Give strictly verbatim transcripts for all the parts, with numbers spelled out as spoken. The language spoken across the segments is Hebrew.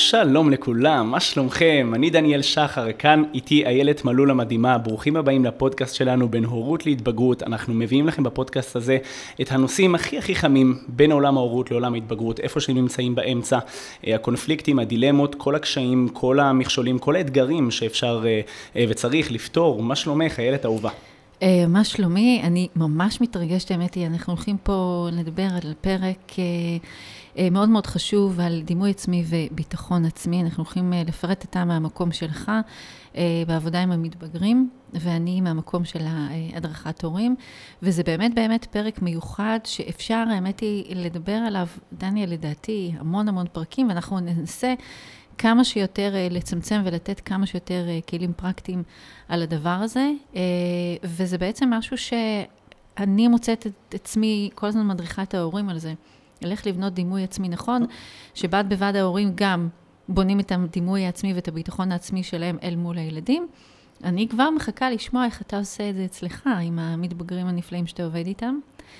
שלום לכולם, מה שלומכם? אני דניאל שחר, כאן איתי איילת מלול המדהימה. ברוכים הבאים לפודקאסט שלנו בין הורות להתבגרות. אנחנו מביאים לכם בפודקאסט הזה את הנושאים הכי הכי חמים בין עולם ההורות לעולם ההתבגרות, איפה שהם נמצאים באמצע, הקונפליקטים, הדילמות, כל הקשיים, כל המכשולים, כל האתגרים שאפשר וצריך לפתור. מה שלומך, איילת אהובה? מה שלומי? אני ממש מתרגשת, האמת היא, אנחנו הולכים פה לדבר על פרק מאוד מאוד חשוב על דימוי עצמי וביטחון עצמי. אנחנו הולכים לפרט אותה מהמקום שלך בעבודה עם המתבגרים, ואני מהמקום של הדרכת הורים, וזה באמת באמת פרק מיוחד שאפשר, האמת היא, לדבר עליו, דניאל, לדעתי, המון המון פרקים, ואנחנו ננסה כמה שיותר לצמצם ולתת כמה שיותר כלים פרקטיים על הדבר הזה, וזה בעצם משהו שאני מוצאת את עצמי כל הזמן מדריכה את ההורים על זה. הלך לבנות דימוי עצמי נכון, שבד בבד ההורים גם בונים את הדימוי העצמי ואת הביטחון העצמי שלהם אל מול הילדים. אני כבר מחכה לשמוע איך אתה עושה את זה אצלך, עם המתבגרים הנפלאים שאתה עובד איתם.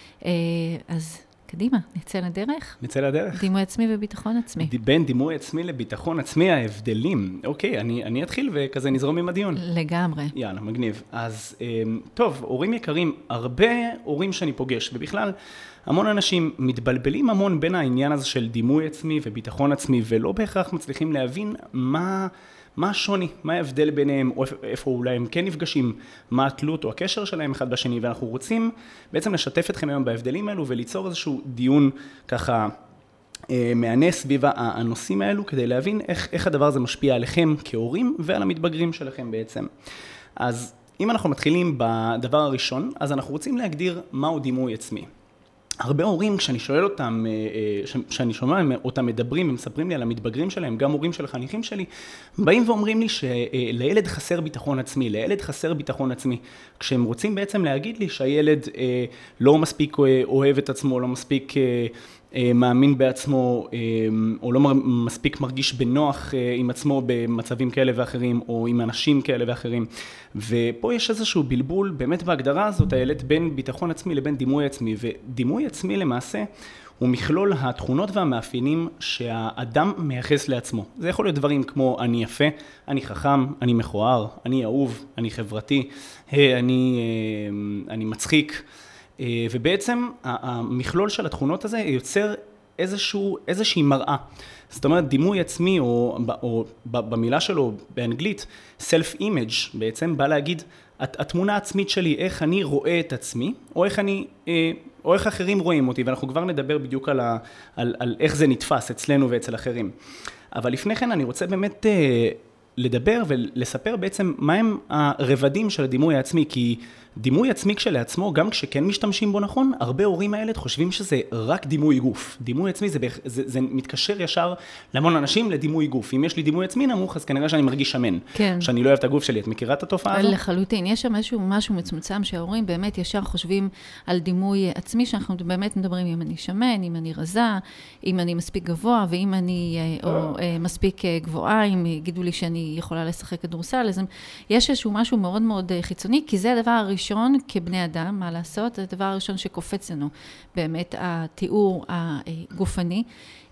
אז קדימה, נצא לדרך. נצא לדרך. דימוי עצמי וביטחון עצמי. בין דימוי עצמי לביטחון עצמי, ההבדלים. אוקיי, אני, אני אתחיל וכזה נזרום עם הדיון. לגמרי. יאללה, מגניב. אז טוב, הורים יקרים, הרבה הורים שאני פוגש, ובכלל המון אנשים מתבלבלים המון בין העניין הזה של דימוי עצמי וביטחון עצמי, ולא בהכרח מצליחים להבין מה מה השוני, מה ההבדל ביניהם, או איפה אולי הם כן נפגשים, מה התלות או הקשר שלהם אחד בשני, ואנחנו רוצים בעצם לשתף אתכם היום בהבדלים האלו, וליצור איזשהו דיון ככה אה, מענה סביב הנושאים האלו, כדי להבין איך, איך הדבר הזה משפיע עליכם כהורים, ועל המתבגרים שלכם בעצם. אז אם אנחנו מתחילים בדבר הראשון, אז אנחנו רוצים להגדיר מהו דימוי עצמי. הרבה הורים, כשאני שואל אותם, כשאני שומע אותם מדברים, הם מספרים לי על המתבגרים שלהם, גם הורים של החניכים שלי, באים ואומרים לי שלילד חסר ביטחון עצמי, לילד חסר ביטחון עצמי. כשהם רוצים בעצם להגיד לי שהילד לא מספיק אוהב את עצמו, לא מספיק מאמין בעצמו, או לא מספיק מרגיש בנוח עם עצמו במצבים כאלה ואחרים, או עם אנשים כאלה ואחרים. ופה יש איזשהו בלבול, באמת בהגדרה הזאת, הילד בין ביטחון עצמי לבין דימוי עצמי. ודימוי עצמי למעשה הוא מכלול התכונות והמאפיינים שהאדם מייחס לעצמו. זה יכול להיות דברים כמו אני יפה, אני חכם, אני מכוער, אני אהוב, אני חברתי, אני, אני מצחיק. ובעצם המכלול של התכונות הזה יוצר איזשהו, איזושהי מראה. זאת אומרת, דימוי עצמי, או, או במילה שלו באנגלית, self-image בעצם, בא להגיד, התמונה העצמית שלי, איך אני רואה את עצמי, או איך אני, או איך אחרים רואים אותי, ואנחנו כבר נדבר בדיוק על, ה, על, על איך זה נתפס אצלנו ואצל אחרים. אבל לפני כן אני רוצה באמת לדבר ולספר בעצם מהם הרבדים של הדימוי העצמי, כי דימוי עצמי כשלעצמו, גם כשכן משתמשים בו נכון, הרבה הורים האלה חושבים שזה רק דימוי גוף. דימוי עצמי זה, זה, זה מתקשר ישר להמון אנשים לדימוי גוף. אם יש לי דימוי עצמי נמוך, אז כנראה שאני מרגיש שמן. כן. שאני לא אוהב את הגוף שלי. את מכירה את התופעה הזאת? לחלוטין. יש שם משהו, משהו מצומצם שההורים באמת ישר חושבים על דימוי עצמי, שאנחנו באמת מדברים אם אני שמן, אם אני רזה, אם אני מספיק גבוה, ואם אני או, מספיק גבוהה, אם יגידו לי שאני יכולה לשחק כדורסל. אז יש איזשהו משהו מאוד מאוד חיצוני, כי זה הדבר הראשון כבני אדם, מה לעשות? זה הדבר הראשון שקופץ לנו, באמת התיאור הגופני,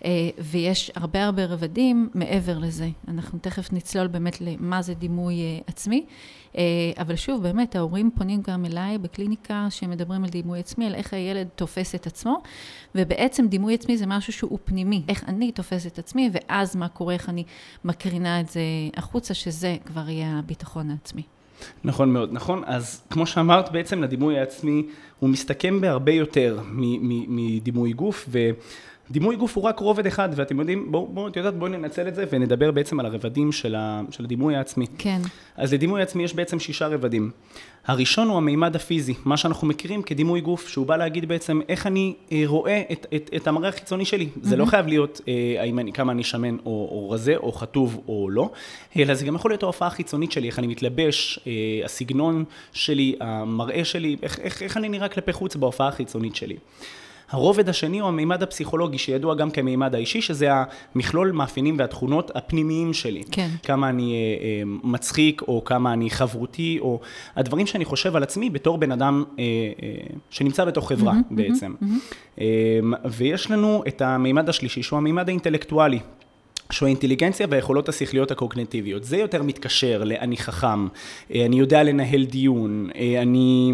ויש הרבה הרבה רבדים מעבר לזה. אנחנו תכף נצלול באמת למה זה דימוי עצמי, אבל שוב, באמת, ההורים פונים גם אליי בקליניקה שמדברים על דימוי עצמי, על איך הילד תופס את עצמו, ובעצם דימוי עצמי זה משהו שהוא פנימי, איך אני תופס את עצמי, ואז מה קורה, איך אני מקרינה את זה החוצה, שזה כבר יהיה הביטחון העצמי. נכון מאוד, נכון. אז כמו שאמרת, בעצם לדימוי העצמי הוא מסתכם בהרבה יותר מדימוי גוף, ודימוי גוף הוא רק רובד אחד, ואתם יודעים, בואו, בואו, את יודעת, בואו ננצל את זה ונדבר בעצם על הרבדים של, ה, של הדימוי העצמי. כן. אז לדימוי העצמי יש בעצם שישה רבדים. הראשון הוא המימד הפיזי, מה שאנחנו מכירים כדימוי גוף, שהוא בא להגיד בעצם איך אני רואה את, את, את המראה החיצוני שלי. Mm-hmm. זה לא חייב להיות האם אני, כמה אני שמן או, או רזה או חטוב או לא, אלא זה גם יכול להיות ההופעה החיצונית שלי, איך אני מתלבש, הסגנון שלי, המראה שלי, איך, איך, איך אני נראה כלפי חוץ בהופעה החיצונית שלי. הרובד השני הוא המימד הפסיכולוגי, שידוע גם כמימד האישי, שזה המכלול מאפיינים והתכונות הפנימיים שלי. כן. כמה אני אה, אה, מצחיק, או כמה אני חברותי, או הדברים שאני חושב על עצמי בתור בן אדם אה, אה, שנמצא בתוך חברה mm-hmm, בעצם. Mm-hmm. אה, ויש לנו את המימד השלישי, שהוא המימד האינטלקטואלי. שהוא האינטליגנציה והיכולות השכליות הקוגניטיביות. זה יותר מתקשר ל"אני חכם", אני יודע לנהל דיון, אני,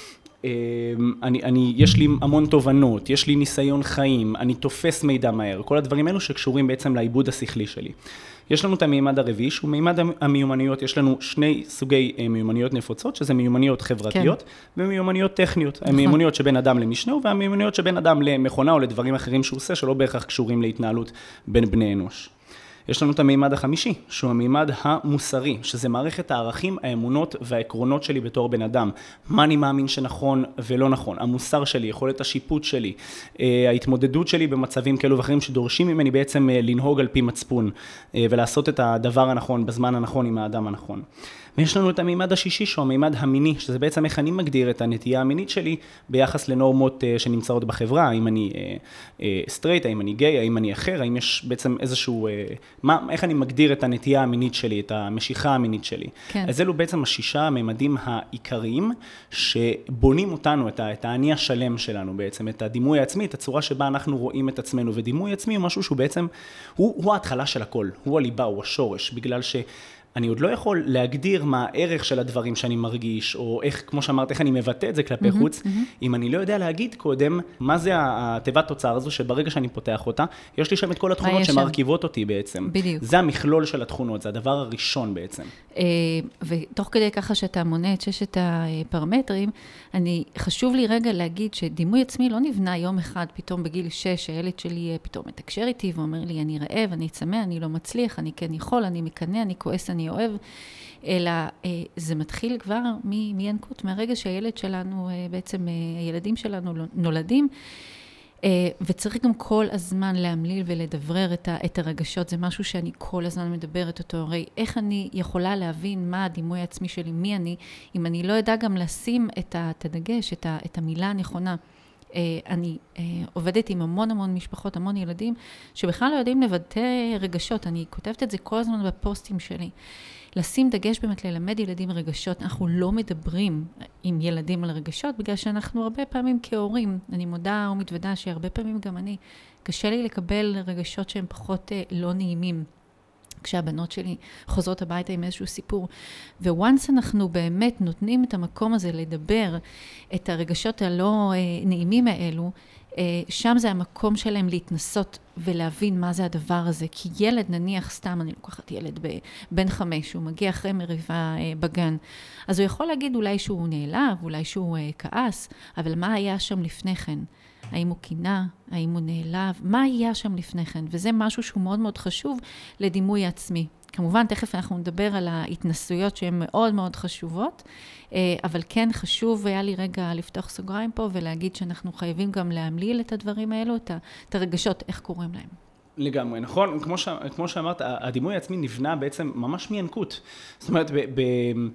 אני, אני, יש לי המון תובנות, יש לי ניסיון חיים, אני תופס מידע מהר, כל הדברים האלו שקשורים בעצם לעיבוד השכלי שלי. יש לנו את המימד הרביעי, שהוא מימד המיומנויות, יש לנו שני סוגי מיומנויות נפוצות, שזה מיומנויות חברתיות, כן. ומיומנויות טכניות. נכון. המיומנויות שבין אדם למשנהו, והמיומנויות שבין אדם למכונה או לדברים אחרים שהוא עושה, שלא בהכרח קשורים להתנהלות בין בני אנוש. יש לנו את המימד החמישי, שהוא המימד המוסרי, שזה מערכת הערכים, האמונות והעקרונות שלי בתור בן אדם. מה אני מאמין שנכון ולא נכון. המוסר שלי, יכולת השיפוט שלי, ההתמודדות שלי במצבים כאלו ואחרים שדורשים ממני בעצם לנהוג על פי מצפון, ולעשות את הדבר הנכון בזמן הנכון עם האדם הנכון. ויש לנו את המימד השישי, שהוא המימד המיני, שזה בעצם איך אני מגדיר את הנטייה המינית שלי ביחס לנורמות שנמצאות בחברה, האם אני סטרייט, האם אני גיי, האם אני אחר, האם יש בעצם איזשהו, מה, איך אני מגדיר את הנטייה המינית שלי, את המשיכה המינית שלי. כן. אז אלו בעצם השישה הממדים העיקריים שבונים אותנו, את, את האני השלם שלנו בעצם, את הדימוי העצמי, את הצורה שבה אנחנו רואים את עצמנו, ודימוי עצמי הוא משהו שהוא בעצם, הוא, הוא ההתחלה של הכל, הוא הליבה, הוא השורש, בגלל ש... אני עוד לא יכול להגדיר מה הערך של הדברים שאני מרגיש, או איך, כמו שאמרת, איך אני מבטא את זה כלפי mm-hmm, חוץ, mm-hmm. אם אני לא יודע להגיד קודם, מה זה התיבת תוצר הזו, שברגע שאני פותח אותה, יש לי שם את כל התכונות שמרכיבות אותי בעצם. בדיוק. זה המכלול של התכונות, זה הדבר הראשון בעצם. ותוך כדי ככה שאתה מונה את ששת הפרמטרים, אני, חשוב לי רגע להגיד שדימוי עצמי לא נבנה יום אחד, פתאום בגיל שש, הילד שלי פתאום מתקשר איתי, ואומר לי, אני רעב, אני צמא, אני לא מצליח, אני כן יכול, אני מקנא, אני כועס, אני אוהב, אלא זה מתחיל כבר מינקות, מהרגע שהילד שלנו, בעצם הילדים שלנו נולדים, וצריך גם כל הזמן להמליל ולדברר את הרגשות, זה משהו שאני כל הזמן מדברת אותו, הרי איך אני יכולה להבין מה הדימוי העצמי שלי, מי אני, אם אני לא יודע גם לשים את הדגש, את המילה הנכונה. אני עובדת עם המון המון משפחות, המון ילדים, שבכלל לא יודעים לבטא רגשות, אני כותבת את זה כל הזמן בפוסטים שלי. לשים דגש באמת ללמד ילדים רגשות, אנחנו לא מדברים עם ילדים על רגשות, בגלל שאנחנו הרבה פעמים כהורים, אני מודה ומתוודה שהרבה פעמים גם אני, קשה לי לקבל רגשות שהם פחות לא נעימים. כשהבנות שלי חוזרות הביתה עם איזשהו סיפור. וואנס אנחנו באמת נותנים את המקום הזה לדבר את הרגשות הלא נעימים האלו, שם זה המקום שלהם להתנסות ולהבין מה זה הדבר הזה. כי ילד, נניח סתם, אני לוקחת ילד בן חמש, הוא מגיע אחרי מריבה בגן, אז הוא יכול להגיד אולי שהוא נעלב, אולי שהוא כעס, אבל מה היה שם לפני כן? האם הוא קינה, האם הוא נעלב, מה היה שם לפני כן? וזה משהו שהוא מאוד מאוד חשוב לדימוי עצמי. כמובן, תכף אנחנו נדבר על ההתנסויות שהן מאוד מאוד חשובות, אבל כן חשוב היה לי רגע לפתוח סוגריים פה ולהגיד שאנחנו חייבים גם להמליל את הדברים האלו, את הרגשות, איך קוראים להם. לגמרי, נכון? כמו, ש... כמו שאמרת, הדימוי העצמי נבנה בעצם ממש מינקות. זאת אומרת, ב... ב...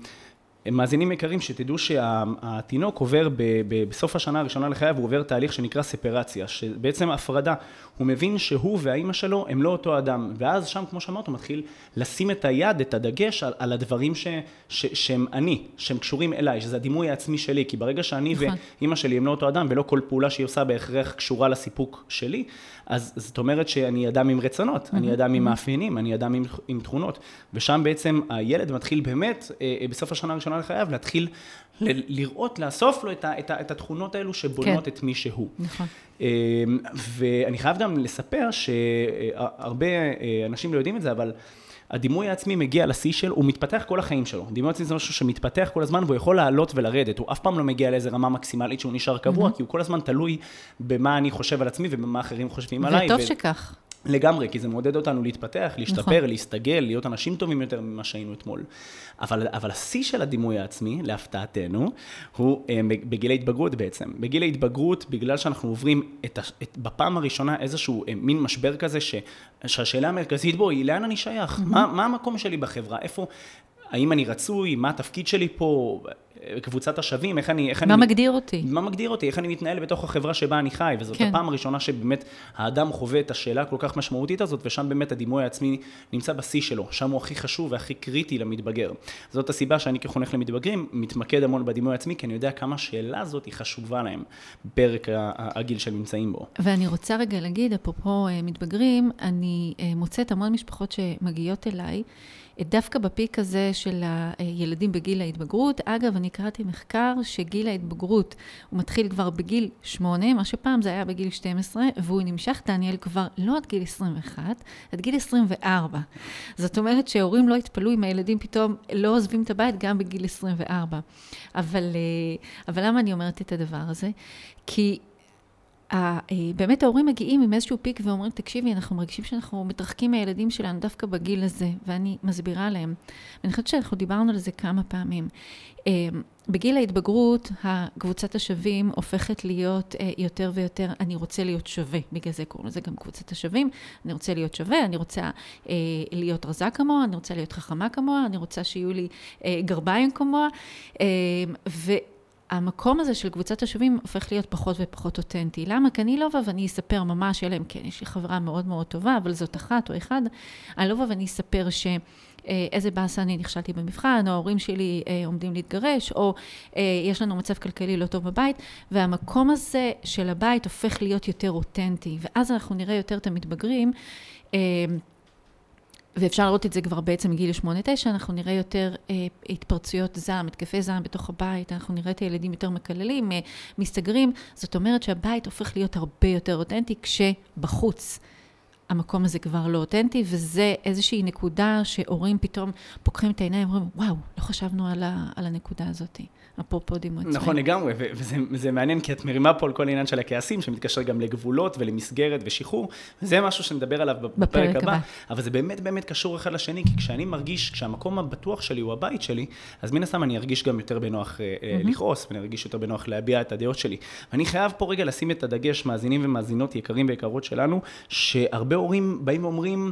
מאזינים יקרים, שתדעו שהתינוק עובר ב, ב, בסוף השנה הראשונה לחייו, הוא עובר תהליך שנקרא ספרציה, שבעצם הפרדה. הוא מבין שהוא והאימא שלו הם לא אותו אדם, ואז שם, כמו שאמרת, הוא מתחיל לשים את היד, את הדגש על, על הדברים ש, ש, שהם אני, שהם קשורים אליי, שזה הדימוי העצמי שלי, כי ברגע שאני נכון. ואימא שלי הם לא אותו אדם, ולא כל פעולה שהיא עושה בהכרח קשורה לסיפוק שלי, אז זאת אומרת שאני אדם עם רצונות, אני אדם עם מאפיינים, אני אדם עם, עם תכונות, ושם בעצם הילד מתחיל באמת, בסוף השנה הראשונה לחייו, להתחיל ל- לראות, לאסוף לו את, ה- את, ה- את התכונות האלו שבונות כן. את מי שהוא. נכון. ואני חייב גם לספר שהרבה אנשים לא יודעים את זה, אבל הדימוי העצמי מגיע לשיא שלו, הוא מתפתח כל החיים שלו. דימוי העצמי זה משהו שמתפתח כל הזמן, והוא יכול לעלות ולרדת. הוא אף פעם לא מגיע לאיזו רמה מקסימלית שהוא נשאר קבוע, mm-hmm. כי הוא כל הזמן תלוי במה אני חושב על עצמי ובמה אחרים חושבים עליי. וטוב ו... שכך. לגמרי, כי זה מעודד אותנו להתפתח, להשתפר, נכון. להסתגל, להיות אנשים טובים יותר ממה שהיינו אתמול. אבל, אבל השיא של הדימוי העצמי, להפתעתנו, הוא בגיל ההתבגרות בעצם. בגיל ההתבגרות, בגלל שאנחנו עוברים את, את, בפעם הראשונה איזשהו מין משבר כזה, ש, שהשאלה המרכזית בו היא, לאן אני שייך? Mm-hmm. מה, מה המקום שלי בחברה? איפה... האם אני רצוי, מה התפקיד שלי פה, קבוצת השווים, איך אני... איך מה אני, מגדיר אותי? מה מגדיר אותי, איך אני מתנהל בתוך החברה שבה אני חי, וזאת כן. הפעם הראשונה שבאמת האדם חווה את השאלה כל כך משמעותית הזאת, ושם באמת הדימוי העצמי נמצא בשיא שלו, שם הוא הכי חשוב והכי קריטי למתבגר. זאת הסיבה שאני כחונך למתבגרים, מתמקד המון בדימוי העצמי, כי אני יודע כמה השאלה הזאת היא חשובה להם, פרק הגיל שהם נמצאים בו. ואני רוצה רגע להגיד, אפרופו מתבגרים, אני מוצאת המון משפחות שמגיעות אליי, דווקא בפיק הזה של הילדים בגיל ההתבגרות. אגב, אני קראתי מחקר שגיל ההתבגרות הוא מתחיל כבר בגיל שמונה, מה שפעם זה היה בגיל שתים עשרה, והוא נמשך, דניאל, כבר לא עד גיל עשרים ואחת, עד גיל עשרים וארבע. זאת אומרת שההורים לא התפלאו אם הילדים פתאום לא עוזבים את הבית גם בגיל עשרים וארבע. אבל, אבל למה אני אומרת את הדבר הזה? כי באמת ההורים מגיעים עם איזשהו פיק ואומרים, תקשיבי, אנחנו מרגישים שאנחנו מתרחקים מהילדים שלנו דווקא בגיל הזה, ואני מסבירה להם. ואני חושבת שאנחנו דיברנו על זה כמה פעמים. בגיל ההתבגרות, הקבוצת השווים הופכת להיות יותר ויותר, אני רוצה להיות שווה, בגלל זה קוראים לזה גם קבוצת השווים, אני רוצה להיות שווה, אני רוצה להיות רזה כמוה, אני רוצה להיות חכמה כמוה, אני רוצה שיהיו לי גרביים כמוה, ו... המקום הזה של קבוצת השווים הופך להיות פחות ופחות אותנטי. למה? כי אני לא בא ואני אספר ממש, אלא אם כן, יש לי חברה מאוד מאוד טובה, אבל זאת אחת או אחד, אני לא בא ואני אספר שאיזה באסה אני נכשלתי במבחן, או ההורים שלי עומדים להתגרש, או יש לנו מצב כלכלי לא טוב בבית, והמקום הזה של הבית הופך להיות יותר אותנטי, ואז אנחנו נראה יותר את המתבגרים, ואפשר לראות את זה כבר בעצם מגיל שמונה תשע, אנחנו נראה יותר אה, התפרצויות זעם, התקפי זעם בתוך הבית, אנחנו נראה את הילדים יותר מקללים, אה, מסתגרים, זאת אומרת שהבית הופך להיות הרבה יותר אותנטי, כשבחוץ המקום הזה כבר לא אותנטי, וזה איזושהי נקודה שהורים פתאום פוקחים את העיניים, ואומרים, וואו, לא חשבנו על, ה, על הנקודה הזאת, אפרופו דימוי עצמי. נכון, לגמרי, וזה, וזה מעניין, כי את מרימה פה על כל העניין של הכעסים, שמתקשר גם לגבולות ולמסגרת ושחרור, וזה משהו שנדבר עליו בפרק, בפרק הבא, הבא, אבל זה באמת באמת קשור אחד לשני, כי כשאני מרגיש, כשהמקום הבטוח שלי הוא הבית שלי, אז מן הסתם אני ארגיש גם יותר בנוח mm-hmm. לכעוס, ואני ארגיש יותר בנוח להביע את הדעות שלי. ואני חייב פה רגע לשים את הדגש, מאזינים ומאזינות יקרים ויקרות שלנו, שהרבה הורים באים ואומרים,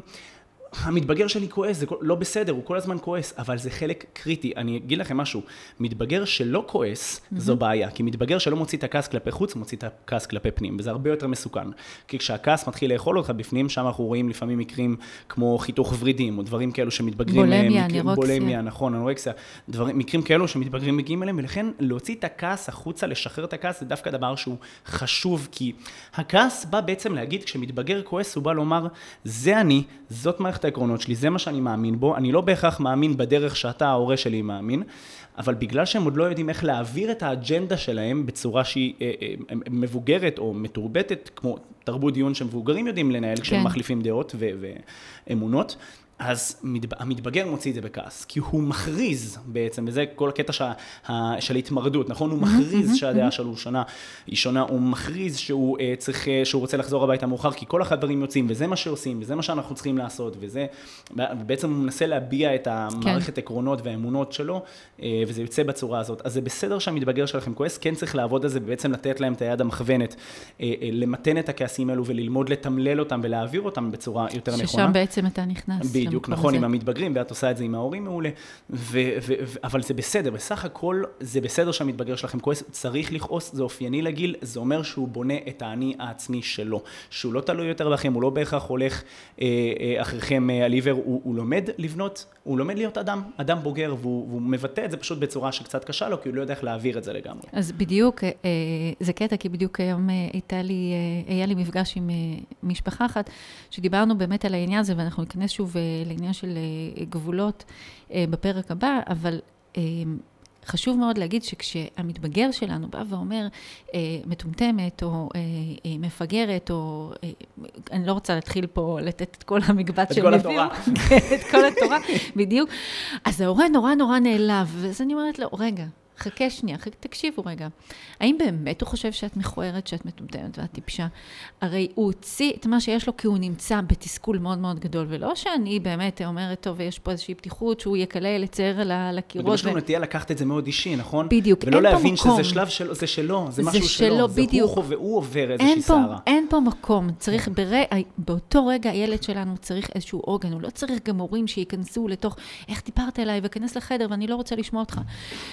המתבגר שלי כועס, זה לא בסדר, הוא כל הזמן כועס, אבל זה חלק קריטי. אני אגיד לכם משהו, מתבגר שלא כועס, mm-hmm. זו בעיה, כי מתבגר שלא מוציא את הכעס כלפי חוץ, הוא מוציא את הכעס כלפי פנים, וזה הרבה יותר מסוכן. כי כשהכעס מתחיל לאכול אותך בפנים, שם אנחנו רואים לפעמים מקרים כמו חיתוך ורידים, או דברים כאלו שמתבגרים... בולמיה, אנורקסיה. בולמיה, נכון, אנורקסיה, דברים, מקרים כאלו שמתבגרים מגיעים אליהם, ולכן להוציא את הכעס החוצה, לשחרר את הכעס, זה דווקא דבר שהוא חשוב, כי הכעס בא בעצם להגיד, כשמתבגר כועס, הוא בא לומר, זה אני, זאת מערכת העקרונות שלי, זה מה שאני מאמין בו, אני לא בהכרח מאמין בדרך שאתה, ההורה שלי, מאמין, אבל בגלל שהם עוד לא יודעים איך להעביר את האג'נדה שלהם בצורה שהיא אה, אה, מבוגרת או מתורבתת, כמו תרבות דיון שמבוגרים יודעים לנהל, כן. כשהם מחליפים דעות ו- ואמונות, אז המתבגר מוציא את זה בכעס, כי הוא מכריז בעצם, וזה כל הקטע שה, של ההתמרדות, נכון? הוא מכריז שהדעה שלו שונה, היא שונה, הוא מכריז שהוא צריך, שהוא רוצה לחזור הביתה מאוחר, כי כל החברים יוצאים, וזה מה שעושים, וזה מה שאנחנו צריכים לעשות, וזה, ובעצם הוא מנסה להביע את המערכת עקרונות והאמונות שלו, וזה יוצא בצורה הזאת. אז זה בסדר שהמתבגר שלכם כועס, כן צריך לעבוד על זה, ובעצם לתת להם את היד המכוונת, למתן את הכעסים האלו, וללמוד לתמלל אותם, ולהעביר אותם בצורה יותר נכונה. ששם בעצם אתה נכנס. בדיוק, נכון, עם המתבגרים, ואת עושה את זה עם ההורים מעולה, ו- ו- ו- אבל זה בסדר, בסך הכל זה בסדר שהמתבגר שלכם כועס, צריך לכעוס, זה אופייני לגיל, זה אומר שהוא בונה את האני העצמי שלו, שהוא לא תלוי יותר בכם, הוא לא בהכרח הולך אה, אה, אחריכם אה, על עיוור, הוא, הוא לומד לבנות, הוא לומד להיות אדם, אדם בוגר, והוא, והוא מבטא את זה פשוט בצורה שקצת קשה לו, כי הוא לא יודע איך להעביר את זה לגמרי. אז בדיוק, אה, זה קטע, כי בדיוק היום אה, הייתה לי, אה, היה לי מפגש עם אה, משפחה אחת, שדיברנו באמת על העניין הזה, ואנחנו ניכנס שוב אה, לעניין של גבולות בפרק הבא, אבל חשוב מאוד להגיד שכשהמתבגר שלנו בא ואומר מטומטמת או מפגרת, או אני לא רוצה להתחיל פה לתת את כל המקבץ של הביאו, את כל התורה, בדיוק, אז ההורה נורא נורא נעלב, אז אני אומרת לו, רגע, חכה שנייה, תקשיבו רגע. האם באמת הוא חושב שאת מכוערת, שאת מטומטמת ואת טיפשה? הרי הוא הוציא את מה שיש לו כי הוא נמצא בתסכול מאוד מאוד גדול, ולא שאני באמת אומרת, טוב, יש פה איזושהי פתיחות שהוא יקלה לצייר על הקירות. יש לנו נטייה לקחת את זה מאוד אישי, נכון? בדיוק, ולא להבין שזה שלב שלו, זה שלו, זה משהו שלו, זה הוא והוא עובר איזושהי סערה. אין אין פה מקום, צריך, בר... באותו רגע הילד שלנו צריך איזשהו עוגן, הוא לא צריך גם הורים שייכנסו לתוך, איך דיברת אליי, וכנס לחדר, ואני לא רוצה לשמוע אותך.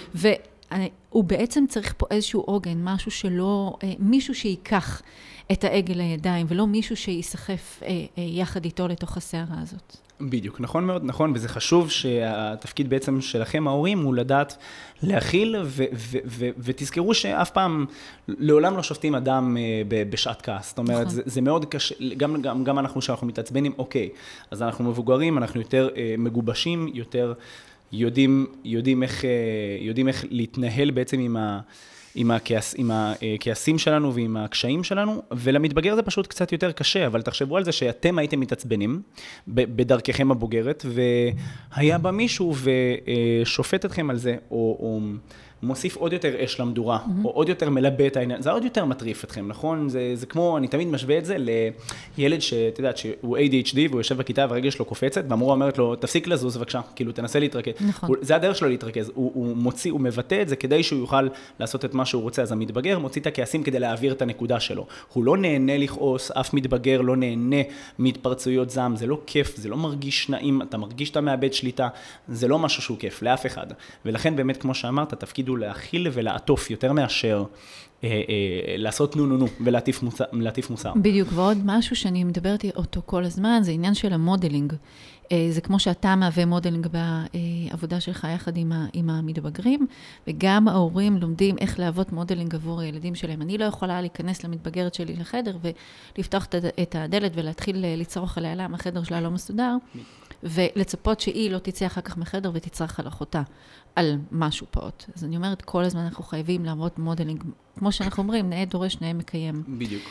והוא בעצם צריך פה איזשהו עוגן, משהו שלא, מישהו שיקח את העגל לידיים, ולא מישהו שיסחף יחד איתו לתוך הסערה הזאת. בדיוק, נכון מאוד, נכון, וזה חשוב שהתפקיד בעצם שלכם, ההורים, הוא לדעת להכיל, ו- ו- ו- ותזכרו שאף פעם, לעולם לא שופטים אדם בשעת כעס. זאת אומרת, זה, זה מאוד קשה, גם, גם, גם אנחנו שאנחנו מתעצבנים, אוקיי, אז אנחנו מבוגרים, אנחנו יותר מגובשים, יותר יודעים, יודעים איך, יודעים איך להתנהל בעצם עם ה... עם, הכעס, עם הכעסים שלנו ועם הקשיים שלנו, ולמתבגר זה פשוט קצת יותר קשה, אבל תחשבו על זה שאתם הייתם מתעצבנים בדרככם הבוגרת, והיה בה מישהו ושופט אתכם על זה, או, או מוסיף עוד יותר אש למדורה, mm-hmm. או עוד יותר מלבה את העניין, זה עוד יותר מטריף אתכם, נכון? זה, זה כמו, אני תמיד משווה את זה לילד שאת יודעת, שהוא איי די אייץ' די, והוא יושב בכיתה והרגל שלו קופצת, והמורה אומרת לו, תפסיק לזוז בבקשה, כאילו תנסה להתרכז. נכון. הוא, זה הדרך שלו להתרכז, הוא, הוא מוציא, הוא מבטא את זה כדי שהוא יוכל לעשות את מה שהוא רוצה, אז המתבגר מוציא את הכעסים כדי להעביר את הנקודה שלו. הוא לא נהנה לכעוס, אף מתבגר לא נהנה מהתפרצויות זעם, זה לא כיף, זה לא מרגיש נעים, אתה מרגיש שאתה מאבד שליטה, זה לא משהו שהוא כיף לאף אחד. ולכן באמת, כמו שאמרת, התפקיד הוא להכיל ולעטוף יותר מאשר אה, אה, לעשות נו נו נו ולהטיף מוסר, להטיף מוסר. בדיוק, ועוד משהו שאני מדברת אותו כל הזמן, זה עניין של המודלינג. אה, זה כמו שאתה מהווה מודלינג בעבודה שלך יחד עם, ה, עם המתבגרים, וגם ההורים לומדים איך להוות מודלינג עבור הילדים שלהם. אני לא יכולה להיכנס למתבגרת שלי לחדר ולפתוח את הדלת ולהתחיל לצרוך עליה למה החדר שלה לא מסודר, ולצפות שהיא לא תצא אחר כך מחדר ותצרח על אחותה. על משהו פעוט. אז אני אומרת, כל הזמן אנחנו חייבים לעמוד מודלינג, כמו שאנחנו אומרים, נאה דורש, נאה מקיים. בדיוק.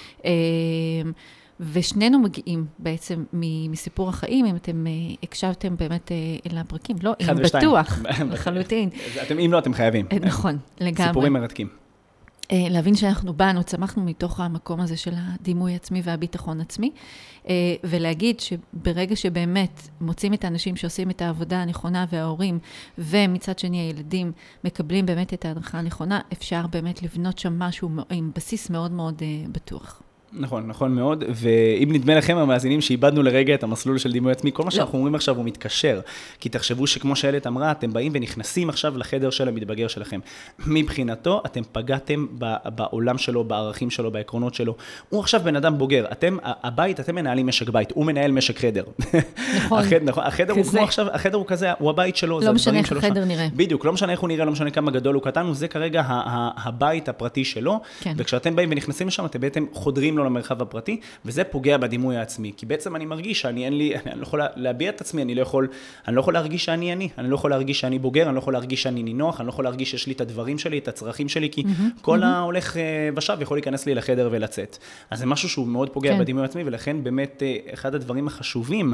ושנינו מגיעים בעצם מסיפור החיים, אם אתם הקשבתם באמת לפרקים, לא, אם בטוח, לחלוטין. אם לא, אתם חייבים. נכון, לגמרי. סיפורים מרתקים. להבין שאנחנו באנו, צמחנו מתוך המקום הזה של הדימוי עצמי והביטחון עצמי, ולהגיד שברגע שבאמת מוצאים את האנשים שעושים את העבודה הנכונה וההורים, ומצד שני הילדים מקבלים באמת את ההדרכה הנכונה, אפשר באמת לבנות שם משהו עם בסיס מאוד מאוד בטוח. נכון, נכון מאוד, ואם נדמה לכם המאזינים שאיבדנו לרגע את המסלול של דימוי עצמי, כל מה שאנחנו אומרים עכשיו הוא מתקשר, כי תחשבו שכמו שאלת אמרה, אתם באים ונכנסים עכשיו לחדר של המתבגר שלכם. מבחינתו, אתם פגעתם בעולם שלו, בערכים שלו, בעקרונות שלו. הוא עכשיו בן אדם בוגר, אתם, הבית, אתם מנהלים משק בית, הוא מנהל משק חדר. נכון. החדר הוא כמו עכשיו, החדר הוא כזה, הוא הבית שלו, לא משנה איך החדר נראה. בדיוק, לא משנה איך הוא נראה, לא משנה כמה גדול הוא קטן, זה כרגע הבית הפרטי שלו, וכשאתם באים ונכנסים לשם, אתם בעצם חודרים לו למרחב הפרטי, וזה פוגע בדימוי העצמי, כי בעצם אני מרגיש שאני אין לי, אני לא יכול להביע את עצמי, אני לא יכול, אני לא יכול להרגיש שאני אני, אני לא יכול להרגיש שאני בוגר, אני לא יכול להרגיש שאני נינוח, אני לא יכול להרגיש שיש לי את הדברים שלי, את הצרכים שלי, כי כל ההולך ושב יכול להיכנס לי לחדר ולצאת. אז זה משהו שהוא מאוד פוגע בדימוי העצמי, ולכן באמת אחד הדברים החשובים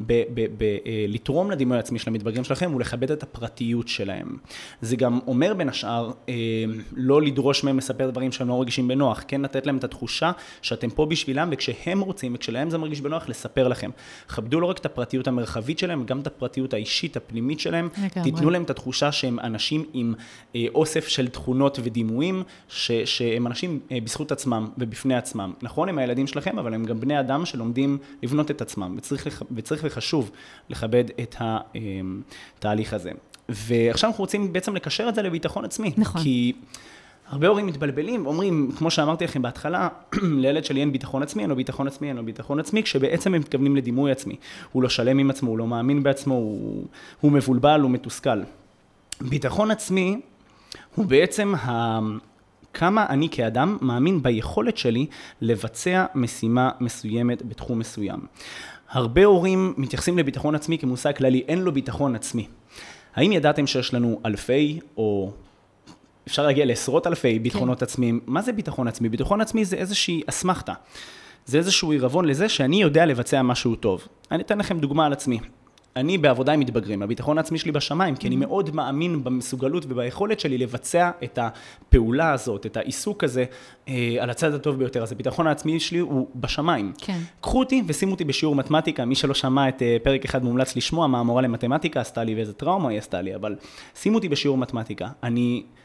לתרום לדימוי העצמי של המתבגרים שלכם, הוא לכבד את הפרטיות שלהם. זה גם אומר בין השאר, לא לדרוש מהם לספר דברים שהם לא רגישים בנוח, כן לתת להם את התחושה שאתם פה בשבילם, וכשהם רוצים, וכשלהם זה מרגיש בנוח, לספר לכם. כבדו לא רק את הפרטיות המרחבית שלהם, גם את הפרטיות האישית, הפנימית שלהם. תיתנו להם את התחושה שהם אנשים עם אה, אוסף של תכונות ודימויים, ש, שהם אנשים אה, בזכות עצמם ובפני עצמם. נכון, הם הילדים שלכם, אבל הם גם בני אדם שלומדים לבנות את עצמם, וצריך, לח, וצריך וחשוב לכבד את התהליך הזה. ועכשיו אנחנו רוצים בעצם לקשר את זה לביטחון עצמי. נכון. כי הרבה הורים מתבלבלים, אומרים, כמו שאמרתי לכם בהתחלה, לילד שלי אין ביטחון עצמי, אין לו ביטחון עצמי, אין לו ביטחון עצמי, כשבעצם הם מתכוונים לדימוי עצמי. הוא לא שלם עם עצמו, הוא לא מאמין בעצמו, הוא, הוא מבולבל, הוא מתוסכל. ביטחון עצמי הוא בעצם ה... כמה אני כאדם מאמין ביכולת שלי לבצע משימה מסוימת בתחום מסוים. הרבה הורים מתייחסים לביטחון עצמי כמושג כללי, אין לו ביטחון עצמי. האם ידעתם שיש לנו אלפי או... אפשר להגיע לעשרות אלפי ביטחונות כן. עצמיים. מה זה ביטחון עצמי? ביטחון עצמי זה איזושהי אסמכתה. זה איזשהו עירבון לזה שאני יודע לבצע משהו טוב. אני אתן לכם דוגמה על עצמי. אני בעבודה עם מתבגרים, הביטחון העצמי שלי בשמיים, כי אני מאוד מאמין במסוגלות וביכולת שלי לבצע את הפעולה הזאת, את העיסוק הזה, אה, על הצד הטוב ביותר. אז הביטחון העצמי שלי הוא בשמיים. כן. קחו אותי ושימו אותי בשיעור מתמטיקה, מי שלא שמע את אה, פרק אחד מומלץ לשמוע מה המורה למתמטיקה עשתה לי ואיזה טראומה היא עשתה לי, אבל שימו אותי בשיעור מתמטיקה. אני...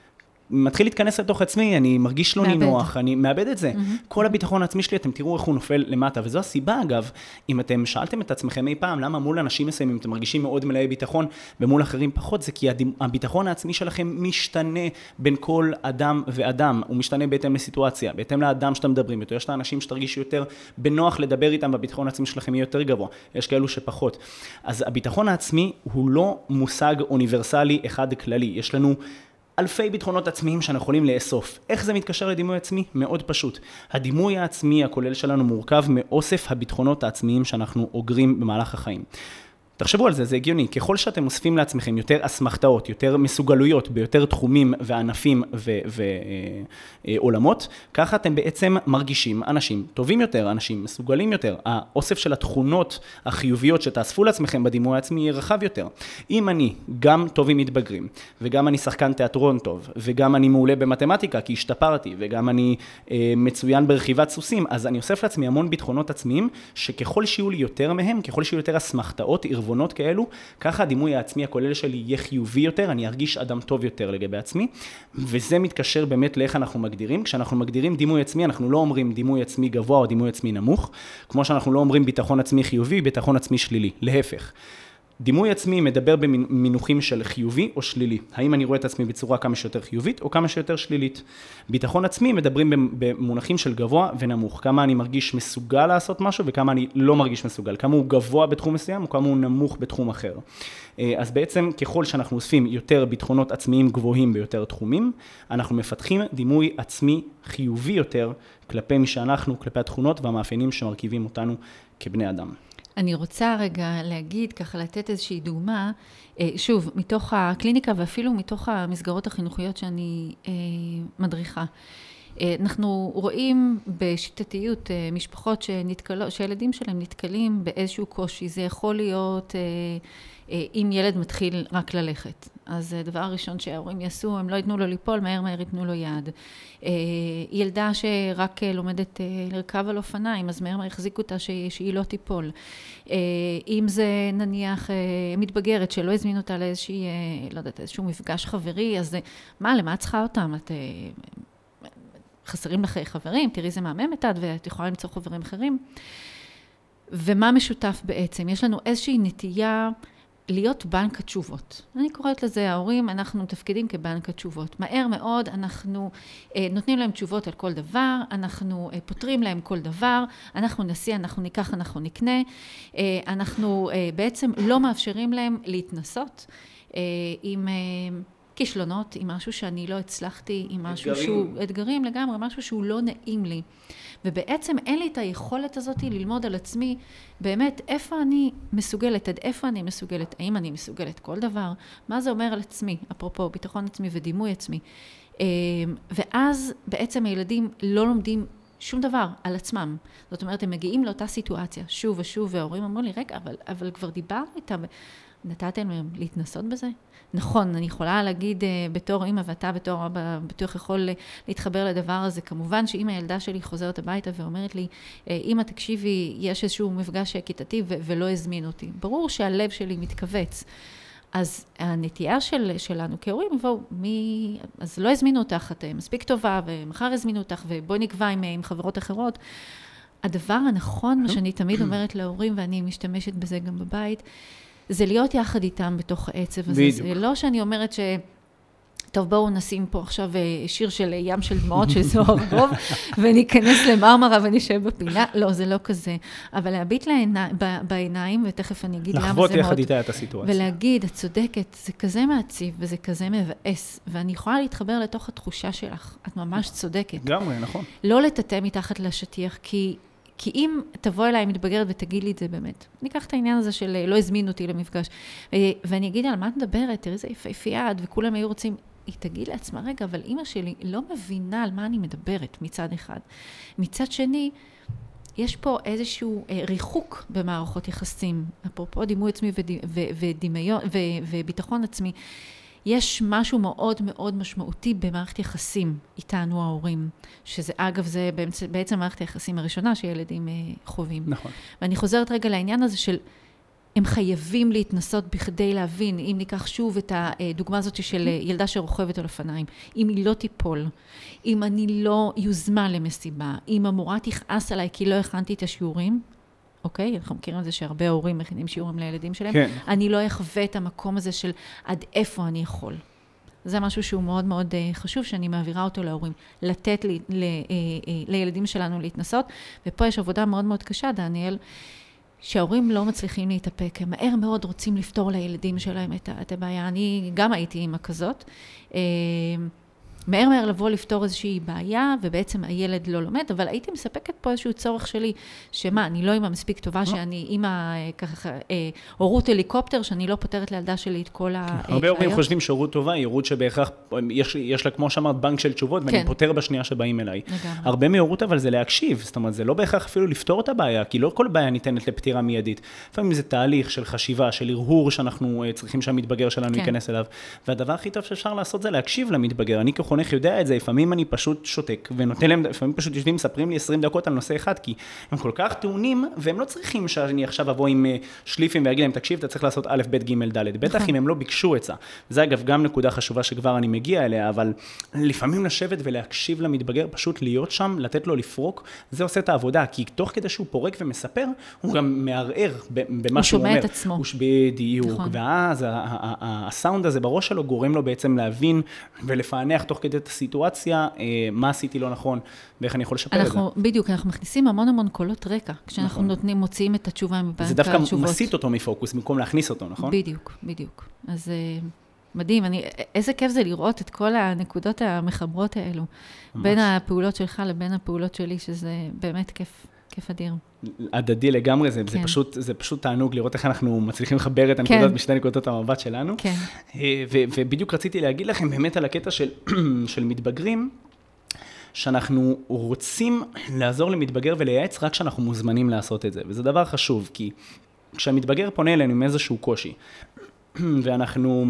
מתחיל להתכנס לתוך עצמי, אני מרגיש לא נינוח, אני מאבד את זה. כל הביטחון העצמי שלי, אתם תראו איך הוא נופל למטה, וזו הסיבה, אגב, אם אתם שאלתם את עצמכם אי פעם, למה מול אנשים מסוימים אתם מרגישים מאוד מלאי ביטחון, ומול אחרים פחות, זה כי הביטחון העצמי שלכם משתנה בין כל אדם ואדם, הוא משתנה בהתאם לסיטואציה, בהתאם לאדם שאתם מדברים איתו. יש לאנשים שתרגישו יותר בנוח לדבר איתם, בביטחון העצמי שלכם יהיה יותר גבוה, יש כאלו שפחות. אז הביטחון העצמי הוא לא מושג אוניברסלי אחד כללי, יש לנו אלפי ביטחונות עצמיים שאנחנו יכולים לאסוף. איך זה מתקשר לדימוי עצמי? מאוד פשוט. הדימוי העצמי הכולל שלנו מורכב מאוסף הביטחונות העצמיים שאנחנו אוגרים במהלך החיים. תחשבו על זה, זה הגיוני. ככל שאתם אוספים לעצמכם יותר אסמכתאות, יותר מסוגלויות ביותר תחומים וענפים ועולמות, ככה אתם בעצם מרגישים אנשים טובים יותר, אנשים מסוגלים יותר. האוסף של התכונות החיוביות שתאספו לעצמכם בדימוי העצמי יהיה רחב יותר. אם אני גם טוב עם מתבגרים, וגם אני שחקן תיאטרון טוב, וגם אני מעולה במתמטיקה כי השתפרתי, וגם אני אה, מצוין ברכיבת סוסים, אז אני אוסף לעצמי המון ביטחונות עצמיים, שככל שיהיו לי יותר מהם, ככל שיהיו יותר אסמכתאות, ערבונות כאלו, ככה הדימוי העצמי הכולל שלי יהיה חיובי יותר, אני ארגיש אדם טוב יותר לגבי עצמי, וזה מתקשר באמת לאיך אנחנו מגדירים. כשאנחנו מגדירים דימוי עצמי, אנחנו לא אומרים דימוי עצמי גבוה או דימוי עצמי נמוך, כמו שאנחנו לא אומרים ביטחון עצמי חיובי, ביטחון עצמי שלילי, להפך. דימוי עצמי מדבר במינוחים של חיובי או שלילי. האם אני רואה את עצמי בצורה כמה שיותר חיובית או כמה שיותר שלילית. ביטחון עצמי מדברים במונחים של גבוה ונמוך. כמה אני מרגיש מסוגל לעשות משהו וכמה אני לא מרגיש מסוגל. כמה הוא גבוה בתחום מסוים או כמה הוא נמוך בתחום אחר. אז בעצם ככל שאנחנו אוספים יותר ביטחונות עצמיים גבוהים ביותר תחומים, אנחנו מפתחים דימוי עצמי חיובי יותר כלפי מי שאנחנו, כלפי התכונות והמאפיינים שמרכיבים אותנו כבני אדם. אני רוצה רגע להגיד, ככה לתת איזושהי דוגמה, שוב, מתוך הקליניקה ואפילו מתוך המסגרות החינוכיות שאני מדריכה. אנחנו רואים בשיטתיות משפחות שנתקלות, שהילדים שלהם נתקלים באיזשהו קושי. זה יכול להיות אם ילד מתחיל רק ללכת. אז הדבר הראשון שההורים יעשו, הם לא ייתנו לו ליפול, מהר מהר ייתנו לו יד. ילדה שרק לומדת לרכב על אופניים, אז מהר מהר יחזיקו אותה שהיא לא תיפול. אם זה נניח מתבגרת שלא הזמין אותה לאיזושהי, לא יודעת, איזשהו מפגש חברי, אז מה, למה את צריכה אותם? את חסרים לך חברים, תראי זה מהממת את, ואת יכולה למצוא חברים אחרים. ומה משותף בעצם? יש לנו איזושהי נטייה להיות בנק התשובות. אני קוראת לזה, ההורים, אנחנו מתפקדים כבנק התשובות. מהר מאוד אנחנו אה, נותנים להם תשובות על כל דבר, אנחנו אה, פותרים להם כל דבר, אנחנו נסיע, אנחנו ניקח, אנחנו נקנה, אה, אנחנו אה, בעצם לא מאפשרים להם להתנסות אה, עם אה, כישלונות, עם משהו שאני לא הצלחתי, עם משהו אתגרים. שהוא, אתגרים לגמרי, משהו שהוא לא נעים לי. ובעצם אין לי את היכולת הזאת ללמוד על עצמי, באמת, איפה אני מסוגלת, עד איפה אני מסוגלת, האם אני מסוגלת כל דבר, מה זה אומר על עצמי, אפרופו ביטחון עצמי ודימוי עצמי. ואז בעצם הילדים לא לומדים שום דבר על עצמם. זאת אומרת, הם מגיעים לאותה סיטואציה, שוב ושוב, וההורים אמרו לי, רגע, אבל, אבל כבר דיברנו איתם, נתתם להם להתנסות בזה? נכון, אני יכולה להגיד בתור אמא ואתה בתור אבא בטוח יכול להתחבר לדבר הזה. כמובן שאמא הילדה שלי חוזרת הביתה ואומרת לי, אמא תקשיבי, יש איזשהו מפגש כיתתי ולא הזמין אותי. ברור שהלב שלי מתכווץ. אז הנטייה של, שלנו כהורים, יבואו, מי, אז לא הזמינו אותך, את מספיק טובה ומחר הזמינו אותך ובואי נקבע עם, עם חברות אחרות. הדבר הנכון, מה שאני תמיד אומרת להורים ואני משתמשת בזה גם בבית, זה להיות יחד איתם בתוך העצב הזה. זה לא שאני אומרת ש... טוב, בואו נשים פה עכשיו שיר של ים של דמעות של זוהר רוב, וניכנס למרמרה ונשב בפינה. לא, זה לא כזה. אבל להביט בעיניים, ותכף אני אגיד למה זה מאוד... לחוות יחד איתה את הסיטואציה. ולהגיד, את צודקת, זה כזה מעציב וזה כזה מבאס, ואני יכולה להתחבר לתוך התחושה שלך. את ממש צודקת. גמרי, נכון. לא לטאטא מתחת לשטיח, כי... כי אם תבוא אליי מתבגרת ותגיד לי את זה באמת, ניקח את העניין הזה של לא הזמינו אותי למפגש, ואני אגיד על מה את מדברת, תראי זה יפהפייה, וכולם היו רוצים, היא תגיד לעצמה, רגע, אבל אמא שלי לא מבינה על מה אני מדברת מצד אחד. מצד שני, יש פה איזשהו ריחוק במערכות יחסים, אפרופו דימוי עצמי ודמיון וביטחון עצמי, יש משהו מאוד מאוד משמעותי במערכת יחסים איתנו ההורים, שזה אגב זה בעצם מערכת היחסים הראשונה שילדים חווים. נכון. ואני חוזרת רגע לעניין הזה של הם חייבים להתנסות בכדי להבין, אם ניקח שוב את הדוגמה הזאת של ילדה שרוכבת על אופניים, אם היא לא תיפול, אם אני לא יוזמה למסיבה, אם המורה תכעס עליי כי לא הכנתי את השיעורים, אוקיי? אנחנו מכירים את זה שהרבה הורים מכינים שיעורים לילדים שלהם, כן. אני לא אחווה את המקום הזה של עד איפה אני יכול. זה משהו שהוא מאוד מאוד חשוב, שאני מעבירה אותו להורים, לתת לי, ל, לילדים שלנו להתנסות, ופה יש עבודה מאוד מאוד קשה, דניאל, שההורים לא מצליחים להתאפק, הם מהר מאוד רוצים לפתור לילדים שלהם את הבעיה. אני גם הייתי אימא כזאת, מהר מהר לבוא לפתור איזושהי בעיה, ובעצם הילד לא לומד, אבל הייתי מספקת פה איזשהו צורך שלי, שמה, אני לא אימא מספיק טובה, שאני אימא ככה, הורות הליקופטר, שאני לא פותרת לילדה שלי את כל ה... הרבה הורים חושבים שהורות טובה, היא הורות שבהכרח, יש לה כמו שאמרת בנק של תשובות, ואני פותר בשנייה שבאים אליי. הרבה מהורות אבל זה להקשיב, זאת אומרת, זה לא בהכרח אפילו לפתור את הבעיה, כי לא כל בעיה ניתנת לפתירה מיידית. לפעמים זה תהליך של חשיבה, של הרהור שאנחנו צריכים שהמתבגר שלנו ייכנס אליו. והדבר הכי טוב שאפשר לעשות זה להקשיב למתבגר. אני כחונך יודע את זה, לפעמים אני פשוט שותק, ונותן להם, לפעמים פשוט יושבים, מספרים לי עשרים דקות על נושא אחד, כי הם כל כך טעונים, והם לא צריכים שאני עכשיו אבוא עם שליפים ואגיד להם, תקשיב, אתה צריך לעשות א', ב', ג', ד', בטח אם הם לא ביקשו את זה. זה אגב גם נקודה חשובה שכבר אני מגיע אליה, אבל לפעמים לשבת ולהקשיב למתבגר, פשוט להיות שם, לתת לו לפרוק, זה עושה את העבודה, כי תוך כדי שהוא פורק ומספר, הוא גם מערער במה שהוא אומר. הוא שומע את עצמו. הוא בדיוק, ואז הסאונד הזה בראש שלו גורם לו בעצם להבין ולפענח תוך כדי את הסיטואציה, מה עשיתי לא נכון, ואיך אני יכול לשפר את זה. בדיוק, אנחנו מכניסים המון המון קולות רקע, כשאנחנו נותנים, מוציאים את התשובה מבין זה דווקא מסיט אותו מפוקוס, במקום להכניס אותו, נכון? בדיוק, בדיוק. אז מדהים, אני, איזה כיף זה לראות את כל הנקודות המחברות האלו, בין הפעולות שלך לבין הפעולות שלי, שזה באמת כיף. כיף אדיר. הדדי לגמרי, זה, כן. זה פשוט, זה פשוט תענוג לראות איך אנחנו מצליחים לחבר את הנקודות כן. בשתי נקודות המבט שלנו. כן. ו- ובדיוק רציתי להגיד לכם באמת על הקטע של, של מתבגרים, שאנחנו רוצים לעזור למתבגר ולייעץ רק שאנחנו מוזמנים לעשות את זה. וזה דבר חשוב, כי כשהמתבגר פונה אלינו עם איזשהו קושי, ואנחנו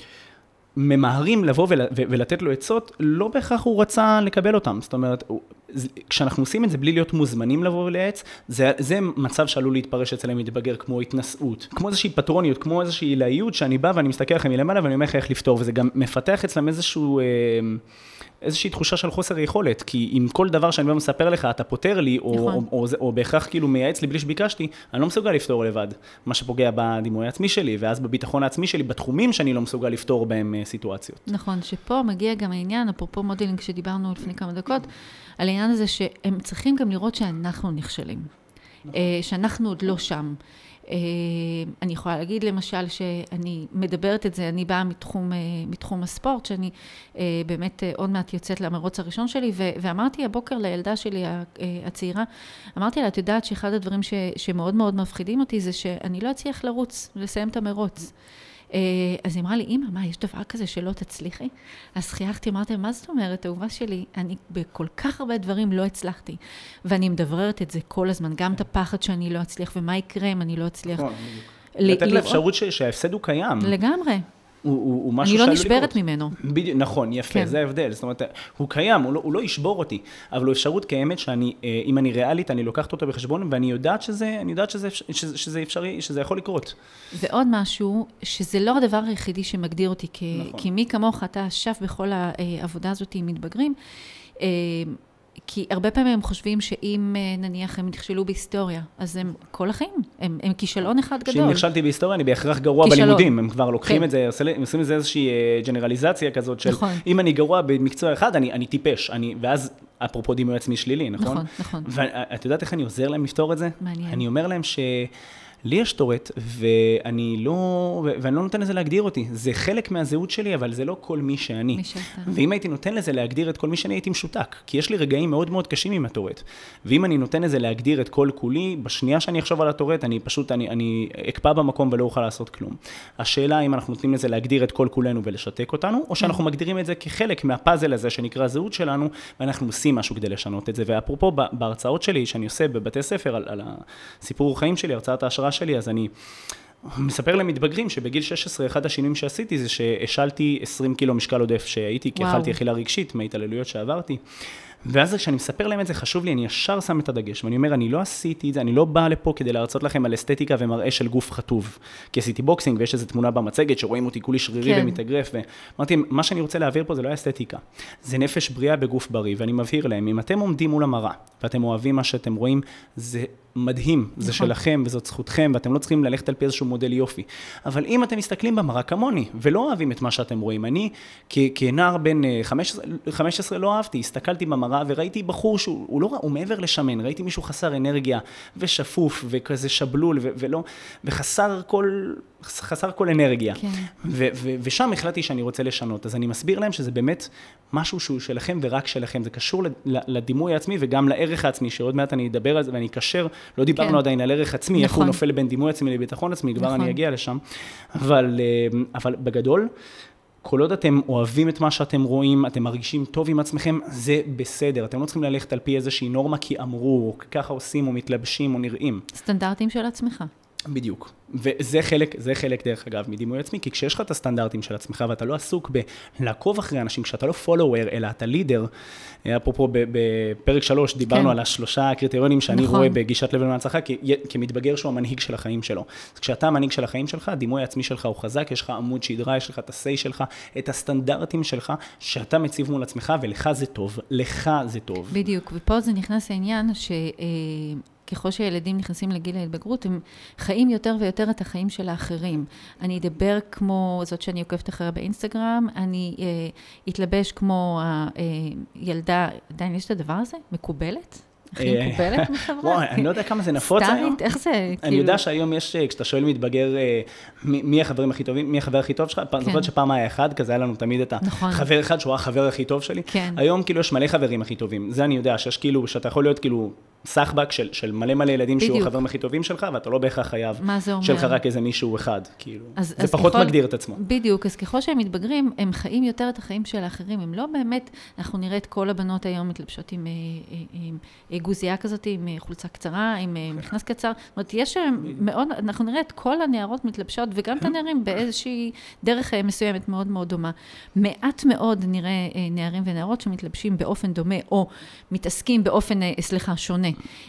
ממהרים לבוא ול- ולתת לו עצות, לא בהכרח הוא רצה לקבל אותם. זאת אומרת, כשאנחנו עושים את זה בלי להיות מוזמנים לבוא ולייעץ, זה, זה מצב שעלול להתפרש אצל המתבגר כמו התנסות, כמו איזושהי פטרוניות, כמו איזושהי עילאיות, שאני בא ואני מסתכל לכם מלמעלה ואני אומר לך איך לפתור, וזה גם מפתח אצלם איזשהו, איזושהי תחושה של חוסר יכולת, כי אם כל דבר שאני בא מספר לך, אתה פותר לי, או, נכון. או, או, או, או בהכרח כאילו מייעץ לי בלי שביקשתי, אני לא מסוגל לפתור לבד, מה שפוגע בדימוי העצמי שלי, ואז בביטחון העצמי שלי, בתחומים שאני לא מסוגל לפתור בהם סיטואציות. נכון, שפה מגיע גם העניין, אפרופו מודלינג שדיברנו לפני כמה דקות, על העניין הזה שהם צריכים גם לראות שאנחנו נכשלים, נכון. שאנחנו עוד לא שם. אני יכולה להגיד למשל שאני מדברת את זה, אני באה מתחום, מתחום הספורט, שאני באמת עוד מעט יוצאת למרוץ הראשון שלי, ואמרתי הבוקר לילדה שלי הצעירה, אמרתי לה, את יודעת שאחד הדברים ש, שמאוד מאוד מפחידים אותי, זה שאני לא אצליח לרוץ, לסיים את המרוץ. אז היא אמרה לי, אמא, מה, יש דבר כזה שלא תצליחי? אז חייכתי, אמרתי, מה זאת אומרת, האהובה שלי, אני בכל כך הרבה דברים לא הצלחתי, ואני מדבררת את זה כל הזמן, גם את הפחד שאני לא אצליח, ומה יקרה אם אני לא אצליח. לתת לאפשרות שההפסד הוא קיים. לגמרי. הוא, הוא, הוא אני לא נשברת ממנו. בדיוק, נכון, יפה, כן. זה ההבדל. זאת אומרת, הוא קיים, הוא לא, הוא לא ישבור אותי, אבל הוא אפשרות קיימת שאני, אם אני ריאלית, אני לוקחת אותו בחשבון, ואני יודעת שזה, אני יודעת שזה, שזה, שזה אפשרי, שזה יכול לקרות. ועוד משהו, שזה לא הדבר היחידי שמגדיר אותי, כי, נכון. כי מי כמוך, אתה שף בכל העבודה הזאת עם מתבגרים, כי הרבה פעמים הם חושבים שאם נניח הם נכשלו בהיסטוריה, אז הם כל החיים, הם, הם כישלון אחד גדול. שאם נכשלתי בהיסטוריה, אני בהכרח גרוע כישלון. בלימודים, הם כבר לוקחים כן. את זה, עושים את זה איזושהי ג'נרליזציה כזאת, של נכון. אם אני גרוע במקצוע אחד, אני, אני טיפש, אני, ואז אפרופו דימוי עצמי שלילי, נכון? נכון, נכון. ואת יודעת איך אני עוזר להם לפתור את זה? מעניין. אני אומר להם ש... לי יש תורת, ואני לא, ואני לא נותן לזה להגדיר אותי. זה חלק מהזהות שלי, אבל זה לא כל מי שאני. מי שאתה. ואם הייתי נותן לזה להגדיר את כל מי שאני, הייתי משותק. כי יש לי רגעים מאוד מאוד קשים עם התורת. ואם אני נותן לזה להגדיר את כל כולי, בשנייה שאני אחשוב על התורת, אני פשוט, אני, אני אקפא במקום ולא אוכל לעשות כלום. השאלה אם אנחנו נותנים לזה להגדיר את כל כולנו ולשתק אותנו, או שאנחנו מגדירים את זה כחלק מהפאזל הזה שנקרא זהות שלנו, ואנחנו עושים משהו כדי לשנות את זה. ואפרופו, בהרצאות שלי, שאני עושה בבתי ספר על, על הסיפור החיים שלי, הרצאת ההשראה שלי, אז אני מספר למתבגרים שבגיל שש עשרה אחד השינויים שעשיתי זה שהשלתי עשרים קילו משקל עודף שהייתי, כי אכלתי אכילה רגשית מההתעללויות שעברתי. ואז כשאני מספר להם את זה, חשוב לי, אני ישר שם את הדגש, ואני אומר, אני לא עשיתי את זה, אני לא בא לפה כדי להרצות לכם על אסתטיקה ומראה של גוף חטוב, כי עשיתי בוקסינג, ויש איזו תמונה במצגת, שרואים אותי כולי שרירי כן. ומתאגרף, ואמרתי, מה שאני רוצה להעביר פה זה לא אסתטיקה, זה נפש בריאה בגוף בריא, ואני מבהיר להם, אם אתם עומדים מול המראה, ואתם אוהבים מה שאתם רואים, זה מדהים, זה נכון. שלכם, וזאת זכותכם, ואתם לא צריכים ללכת על פי איזשהו מודל יופי. אבל אם אתם מסתכלים במראה כמוני, ולא אוהבים את מה שאתם רואים, אני כ- כנער בן חמש עשרה לא אהבתי, הסתכלתי במראה וראיתי בחור שהוא לא, הוא מעבר לשמן, ראיתי מישהו חסר אנרגיה ושפוף וכזה שבלול ו- ולא, וחסר כל, חסר כל אנרגיה. כן. ו- ו- ושם החלטתי שאני רוצה לשנות. אז אני מסביר להם שזה באמת משהו שהוא שלכם ורק שלכם. זה קשור לדימוי העצמי וגם לערך העצמי, שעוד מעט אני אדבר על זה ואני אקשר, לא דיברנו כן. עדיין על ערך עצמי, נכון. איך הוא נופל בין דימוי עצמי לביטחון עצמי, כבר נכון. אני אגיע לשם. אבל, אבל בגדול, כל עוד אתם אוהבים את מה שאתם רואים, אתם מרגישים טוב עם עצמכם, זה בסדר. אתם לא צריכים ללכת על פי איזושהי נורמה, כי אמרו, ככה עושים או מתלבשים או נראים. סטנדרטים של עצמך. בדיוק. וזה חלק, זה חלק דרך אגב מדימוי עצמי, כי כשיש לך את הסטנדרטים של עצמך, ואתה לא עסוק בלעקוב אחרי אנשים, כשאתה לא פולוור, אלא אתה לידר, אפרופו בפרק שלוש, דיברנו כן. על השלושה הקריטריונים שאני נכון. רואה בגישת לבל מהצלחה, כמתבגר שהוא המנהיג של החיים שלו. אז כשאתה המנהיג של החיים שלך, הדימוי העצמי שלך הוא חזק, יש לך עמוד שדרה, יש לך את הסי שלך, את הסטנדרטים שלך, שאתה מציב מול עצמך, ולך זה טוב, לך זה טוב. בדיוק, ופה זה נכנס העניין ש... ככל שילדים נכנסים לגיל ההתבגרות, הם חיים יותר ויותר את החיים של האחרים. אני אדבר כמו זאת שאני עוקבת אחריה באינסטגרם, אני אה, אתלבש כמו הילדה, עדיין יש את הדבר הזה? מקובלת? הכי מקובלת מחברה? וואי, אני לא יודע כמה זה נפוץ היום. סטארית, איך זה? אני יודע שהיום יש, כשאתה שואל מתבגר, מי החברים הכי טובים, מי החבר הכי טוב שלך? אני זוכרת שפעם היה אחד, כזה היה לנו תמיד את החבר אחד שהוא החבר הכי טוב שלי. היום כאילו יש מלא חברים הכי טובים. זה אני יודע, שיש כאילו, שאתה יכול להיות כאילו סחבק של, של מלא מלא ילדים שהוא החברים הכי טובים שלך, ואתה לא בהכרח חייב שלך רק איזה מישהו אחד, כאילו. זה פחות מגדיר את עצמו. בדיוק, אז ככל שהם מתבגרים, הם חיים יותר את החיים של האחרים. הם לא באמת, אנחנו נראה את כל הבנות היום מתלבשות עם, עם, עם גוזייה כזאת, עם חולצה קצרה, עם מכנס קצר. זאת אומרת, יש מאוד, אנחנו נראה את כל הנערות מתלבשות, וגם את הנערים באיזושהי דרך מסוימת מאוד מאוד דומה. מעט מאוד נראה נערים ונערות שמתלבשים באופן דומה, או מתעסקים באופן, סליחה, שונה.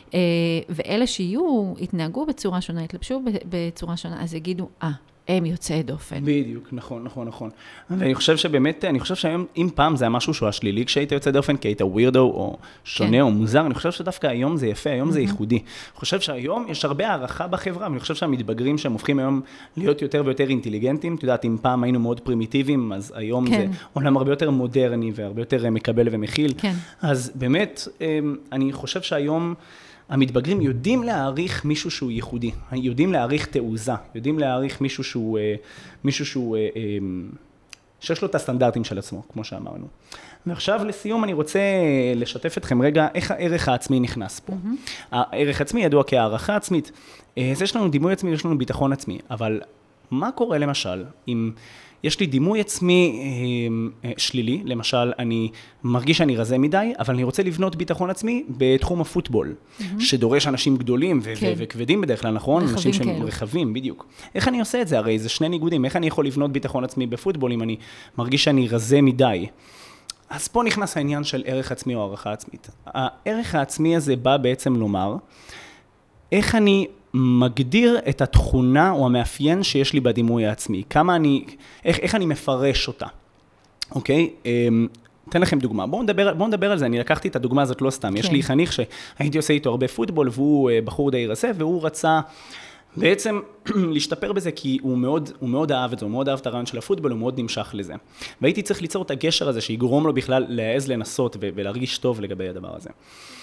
ואלה שיהיו, התנהגו בצורה שונה, התלבשו בצורה שונה, אז יגידו, אה, הם יוצאי דופן. בדיוק, נכון, נכון, נכון. ואני חושב שבאמת, אני חושב שהיום, אם פעם זה היה משהו שהוא השלילי כשהיית יוצא דופן, כי היית ווירדו או שונה או מוזר, אני חושב שדווקא היום זה יפה, היום זה ייחודי. אני חושב שהיום יש הרבה הערכה בחברה, ואני חושב שהמתבגרים שהם הופכים היום להיות יותר ויותר אינטליגנטים, אתה יודעת, אם פעם היינו מאוד פרימיטיביים, אז היום זה עולם הרבה יותר מודרני והרבה יותר מקבל ומכיל. אז באמת, אני חושב שהיום המתבגרים יודעים להעריך מישהו שהוא ייחודי, יודעים להעריך תעוזה, יודעים להעריך מישהו שהוא, מישהו שהוא, שיש לו את הסטנדרטים של עצמו, כמו שאמרנו. ועכשיו לסיום אני רוצה לשתף אתכם רגע איך הערך העצמי נכנס פה. Mm-hmm. הערך העצמי ידוע כהערכה עצמית. אז יש לנו דימוי עצמי, יש לנו ביטחון עצמי, אבל מה קורה למשל אם יש לי דימוי עצמי אה, שלילי, למשל, אני מרגיש שאני רזה מדי, אבל אני רוצה לבנות ביטחון עצמי בתחום הפוטבול, mm-hmm. שדורש אנשים גדולים ו- כן. ו- וכבדים בדרך כלל, נכון? רחבים אנשים שהם כאלו. רחבים, בדיוק. איך אני עושה את זה? הרי זה שני ניגודים. איך אני יכול לבנות ביטחון עצמי בפוטבול אם אני מרגיש שאני רזה מדי? אז פה נכנס העניין של ערך עצמי או הערכה עצמית. הערך העצמי הזה בא בעצם לומר, איך אני מגדיר את התכונה או המאפיין שיש לי בדימוי העצמי, כמה אני, איך, איך אני מפרש אותה, אוקיי? אתן לכם דוגמה, בואו נדבר, בואו נדבר על זה, אני לקחתי את הדוגמה הזאת לא סתם, כן. יש לי חניך שהייתי עושה איתו הרבה פוטבול, והוא בחור די רזה, והוא רצה בעצם להשתפר בזה, כי הוא מאוד, הוא מאוד אהב את זה, הוא מאוד אהב את הרעיון של הפוטבול, הוא מאוד נמשך לזה. והייתי צריך ליצור את הגשר הזה, שיגרום לו בכלל להעז לנסות ולהרגיש טוב לגבי הדבר הזה.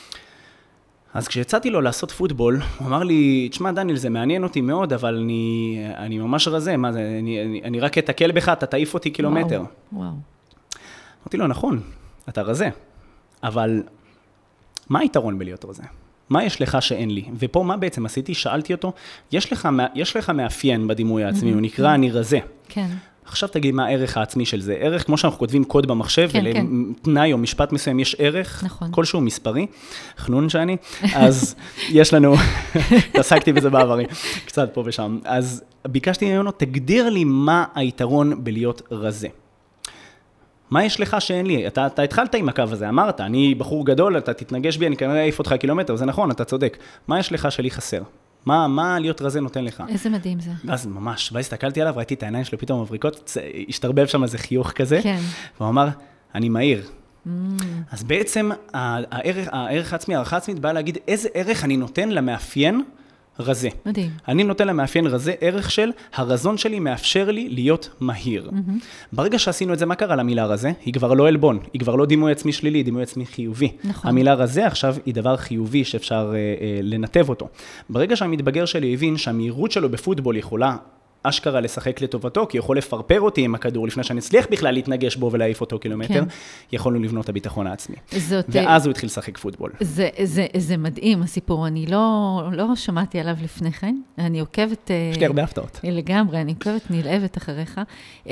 אז כשיצאתי לו לעשות פוטבול, הוא אמר לי, תשמע דניאל, זה מעניין אותי מאוד, אבל אני, אני ממש רזה, מה זה, אני, אני, אני רק אתקל בך, אתה תעיף אותי קילומטר. וואו, וואו. אמרתי לו, נכון, אתה רזה, אבל מה היתרון בלהיות רזה? מה יש לך שאין לי? ופה מה בעצם עשיתי? שאלתי אותו, יש לך, יש לך מאפיין בדימוי העצמי, הוא נקרא אני רזה. כן. עכשיו תגיד מה הערך העצמי של זה. ערך, כמו שאנחנו כותבים קוד במחשב, כן, ולתנאי או משפט מסוים יש ערך, נכון. כלשהו מספרי, חנון שאני, אז יש לנו, תעסקתי בזה בעברי, קצת פה ושם. אז ביקשתי ממנו, תגדיר לי מה היתרון בלהיות רזה. מה יש לך שאין לי? אתה, אתה התחלת עם הקו הזה, אמרת, אני בחור גדול, אתה תתנגש בי, אני כנראה אעיף אותך קילומטר, זה נכון, אתה צודק. מה יש לך שלי חסר? מה, מה להיות רזה נותן לך? איזה מדהים זה. אז ממש, והסתכלתי עליו, ראיתי את העיניים שלו פתאום מבריקות, השתרבב שם איזה חיוך כזה, כן. והוא אמר, אני מהיר. Mm. אז בעצם הערך, הערך העצמי, הערכה עצמית, בא להגיד איזה ערך אני נותן למאפיין רזה. מדהים. אני נותן למאפיין רזה ערך של הרזון שלי מאפשר לי להיות מהיר. Mm-hmm. ברגע שעשינו את זה, מה קרה למילה רזה? היא כבר לא אלבון, היא כבר לא דימוי עצמי שלילי, דימוי עצמי חיובי. נכון. המילה רזה עכשיו היא דבר חיובי שאפשר אה, אה, לנתב אותו. ברגע שהמתבגר שלי הבין שהמהירות שלו בפוטבול יכולה אשכרה לשחק לטובתו, כי יכול לפרפר אותי עם הכדור, לפני שאני אצליח בכלל להתנגש בו ולהעיף אותו קילומטר, כן. יכולנו לבנות את הביטחון העצמי. זאת, ואז הוא התחיל לשחק פוטבול. זה, זה, זה מדהים, הסיפור. אני לא, לא שמעתי עליו לפני כן. אני עוקבת... יש לי הרבה הפתעות. לגמרי, אני עוקבת נלהבת אחריך,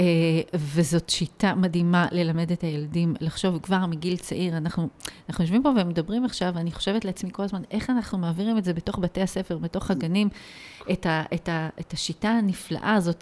וזאת שיטה מדהימה ללמד את הילדים, לחשוב כבר מגיל צעיר. אנחנו, אנחנו יושבים פה ומדברים עכשיו, ואני חושבת לעצמי כל הזמן, איך אנחנו מעבירים את זה בתוך בתי הספר, בתוך הגנים, את, ה, את, ה, את השיטה הנפלאה הזאת,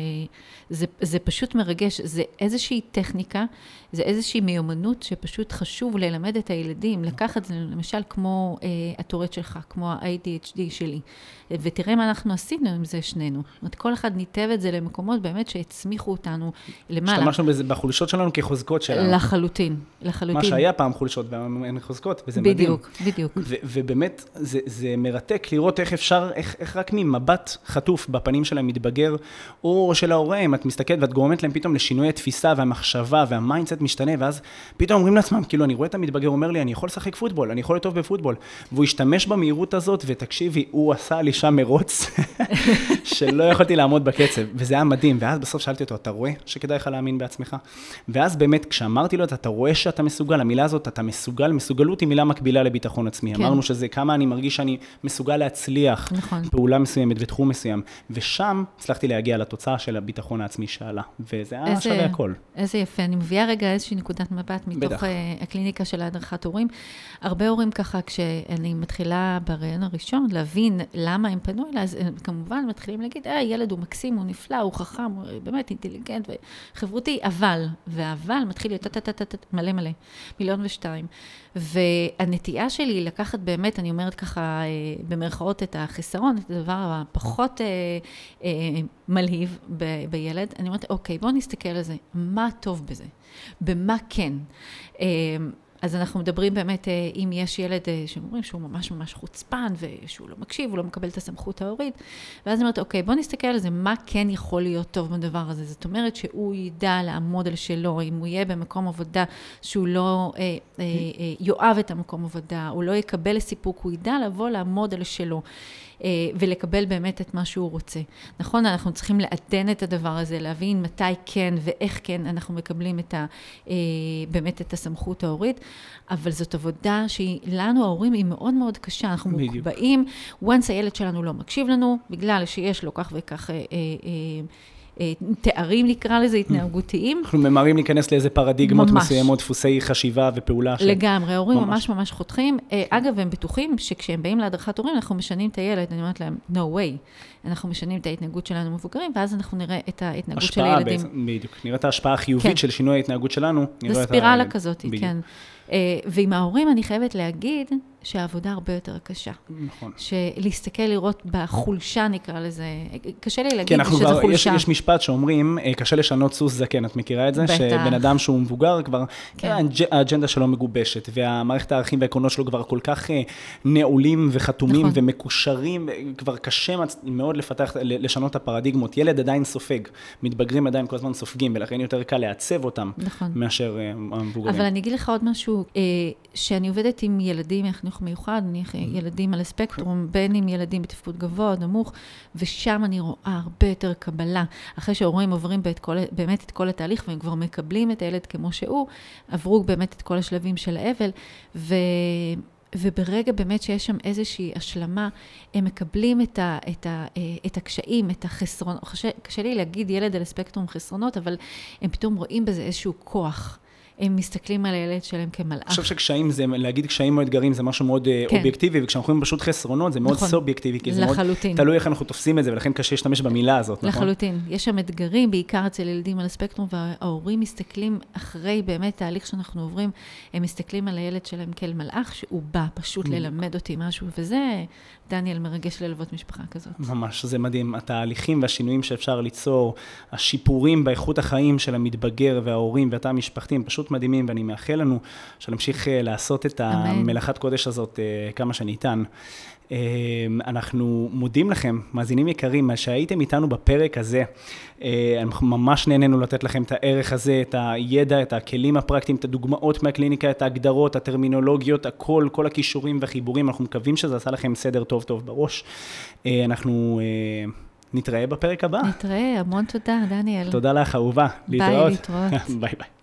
וזה זה פשוט מרגש, זה איזושהי טכניקה, זה איזושהי מיומנות שפשוט חשוב ללמד את הילדים, לקחת זה למשל כמו אה, התורט שלך, כמו ה-איי די אייץ' די שלי, ותראה מה אנחנו עשינו עם זה שנינו. זאת אומרת, כל אחד ניתב את זה למקומות באמת שהצמיחו אותנו למעלה. השתמשנו בזה בחולשות שלנו כחוזקות שלנו. לחלוטין, לחלוטין. מה שהיה פעם חולשות והן חוזקות, וזה בדיוק, מדהים. בדיוק, בדיוק. ובאמת, זה, זה מרתק לראות איך אפשר, איך, איך רק ממבט חטוף בפנים של המתבגר, או של ההורה, אם את מסתכלת ואת גורמת להם פתאום לשינוי התפיסה והמחשבה והמיינדסט משתנה, ואז פתאום אומרים לעצמם, כאילו, אני רואה את המתבגר, אומר לי, אני יכול לשחק פוטבול, אני יכול לטוב בפוטבול, והוא השתמש במהירות הזאת, ותקשיבי, הוא עשה לי שם מרוץ, שלא יכולתי לעמוד בקצב, וזה היה מדהים, ואז בסוף שאלתי אותו, אתה רואה שכדאי לך להאמין בעצמך? ואז באמת, כשאמרתי לו, אתה רואה שאתה מסוגל, המילה הזאת, אתה מסוגל, מסוגלות היא מילה מקבילה לביטחון עצמי. כן. אמרנו שזה כמה אני מרגיש שאני מסוגל להצליח נכון. פעולה מסוימת ותחום מסוים, ושם הצלחתי להגיע לתוצאה של הביטחון העצמי שעלה, וזה היה שווה הכל. איזה יפה, אני מביאה רגע איזושהי נקודת מבט מתוך בטח. הקליניקה של ההדרכת הורים. הרבה הורים ככה, כשאני מתחילה ברעיון הראשון, להבין למה הם פנו אליי, אז כמובן מתחילים להגיד, אה, ילד הוא מקסים, הוא נפלא, הוא חכם, הוא באמת אינטליגנט וחברותי, אבל, והאבל מתחיל להיות מלא מלא, מיליון ושתיים. והנטייה שלי לקחת באמת, אני אומרת ככה, במרכאות את החסרון, את הדבר הפחות אה, אה, מלהיב ב, בילד, אני אומרת, אוקיי, בואו נסתכל על זה, מה טוב בזה? במה כן? אה, אז אנחנו מדברים באמת, אם יש ילד שאומרים שהוא ממש ממש חוצפן, ושהוא לא מקשיב, הוא לא מקבל את הסמכות ההורית, ואז אני אומרת, אוקיי, בוא נסתכל על זה, מה כן יכול להיות טוב בדבר הזה? זאת אומרת שהוא ידע לעמוד על שלו, אם הוא יהיה במקום עבודה, שהוא לא אה, אה, אה, יואב את המקום עבודה, הוא לא יקבל לסיפוק, הוא ידע לבוא לעמוד על שלו. ולקבל באמת את מה שהוא רוצה. נכון, אנחנו צריכים לעדן את הדבר הזה, להבין מתי כן ואיך כן אנחנו מקבלים את ה, באמת את הסמכות ההורית, אבל זאת עבודה שהיא, לנו ההורים היא מאוד מאוד קשה, אנחנו מוקבעים, once הילד שלנו לא מקשיב לנו, בגלל שיש לו כך וכך תארים נקרא לזה, התנהגותיים. אנחנו ממהרים להיכנס לאיזה פרדיגמות מסוימות, דפוסי חשיבה ופעולה. לגמרי, ההורים ממש ממש חותכים. אגב, הם בטוחים שכשהם באים להדרכת הורים, אנחנו משנים את הילד, אני אומרת להם, no way. אנחנו משנים את ההתנהגות שלנו מבוגרים, ואז אנחנו נראה את ההתנהגות של הילדים. השפעה, בדיוק. נראה את ההשפעה החיובית של שינוי ההתנהגות שלנו. זה ספירלה כזאת, כן. ועם ההורים אני חייבת להגיד שהעבודה הרבה יותר קשה. נכון. שלהסתכל לראות בחולשה נקרא לזה, קשה לי להגיד כן, שזה חולשה. יש, יש משפט שאומרים, קשה לשנות סוס זקן, את מכירה את זה? בטח. שבן אדם שהוא מבוגר כבר, כן. האג'נדה שלו מגובשת, והמערכת הערכים והעקרונות שלו כבר כל כך נעולים וחתומים נכון. ומקושרים, כבר קשה מאוד לפתח, לשנות את הפרדיגמות. ילד עדיין סופג, מתבגרים עדיין כל הזמן סופגים, ולכן יותר קל לעצב אותם נכון. מאשר המבוגרים. אבל אני אגיד לך עוד משהו, שאני עובדת עם ילדים חינוך מיוחד, אני ילדים על הספקטרום, בין עם ילדים בתפקוד גבוה, נמוך, ושם אני רואה הרבה יותר קבלה. אחרי שההורים עוברים באמת את כל התהליך, והם כבר מקבלים את הילד כמו שהוא, עברו באמת את כל השלבים של האבל, ו... וברגע באמת שיש שם איזושהי השלמה, הם מקבלים את, ה, את, ה, את הקשיים, את החסרון, קשה לי להגיד ילד על הספקטרום חסרונות, אבל הם פתאום רואים בזה איזשהו כוח. הם מסתכלים על הילד שלהם כמלאך. אני חושב שקשיים זה, להגיד קשיים או אתגרים זה משהו מאוד כן. אובייקטיבי, וכשאנחנו רואים פשוט חסרונות זה מאוד נכון. סובייקטיבי, כי זה לחלוטין. מאוד תלוי איך אנחנו תופסים את זה, ולכן קשה להשתמש במילה הזאת, נכון? לחלוטין. יש שם אתגרים, בעיקר אצל ילדים על הספקטרום, וההורים מסתכלים אחרי באמת תהליך שאנחנו עוברים, הם מסתכלים על הילד שלהם כאל מלאך, שהוא בא פשוט ללמד אותי משהו, וזה דניאל מרגש ללוות משפחה כזאת. ממש, זה מדהים. התהליכים והשינויים שאפשר ליצור, השיפורים באיכות החיים של המתבגר וההורים והתא המשפחתי, הם פשוט מדהימים, ואני מאחל לנו שנמשיך לעשות את המלאכת קודש הזאת כמה שניתן. אנחנו מודים לכם, מאזינים יקרים, שהייתם איתנו בפרק הזה. אנחנו ממש נהנינו לתת לכם את הערך הזה, את הידע, את הכלים הפרקטיים, את הדוגמאות מהקליניקה, את ההגדרות, הטרמינולוגיות, הכל, כל הכישורים והחיבורים. אנחנו מקווים שזה עשה לכם סדר טוב טוב בראש. אנחנו נתראה בפרק הבא. נתראה, המון תודה, דניאל. תודה לך, אהובה. ביי, להתראות. ביי ביי.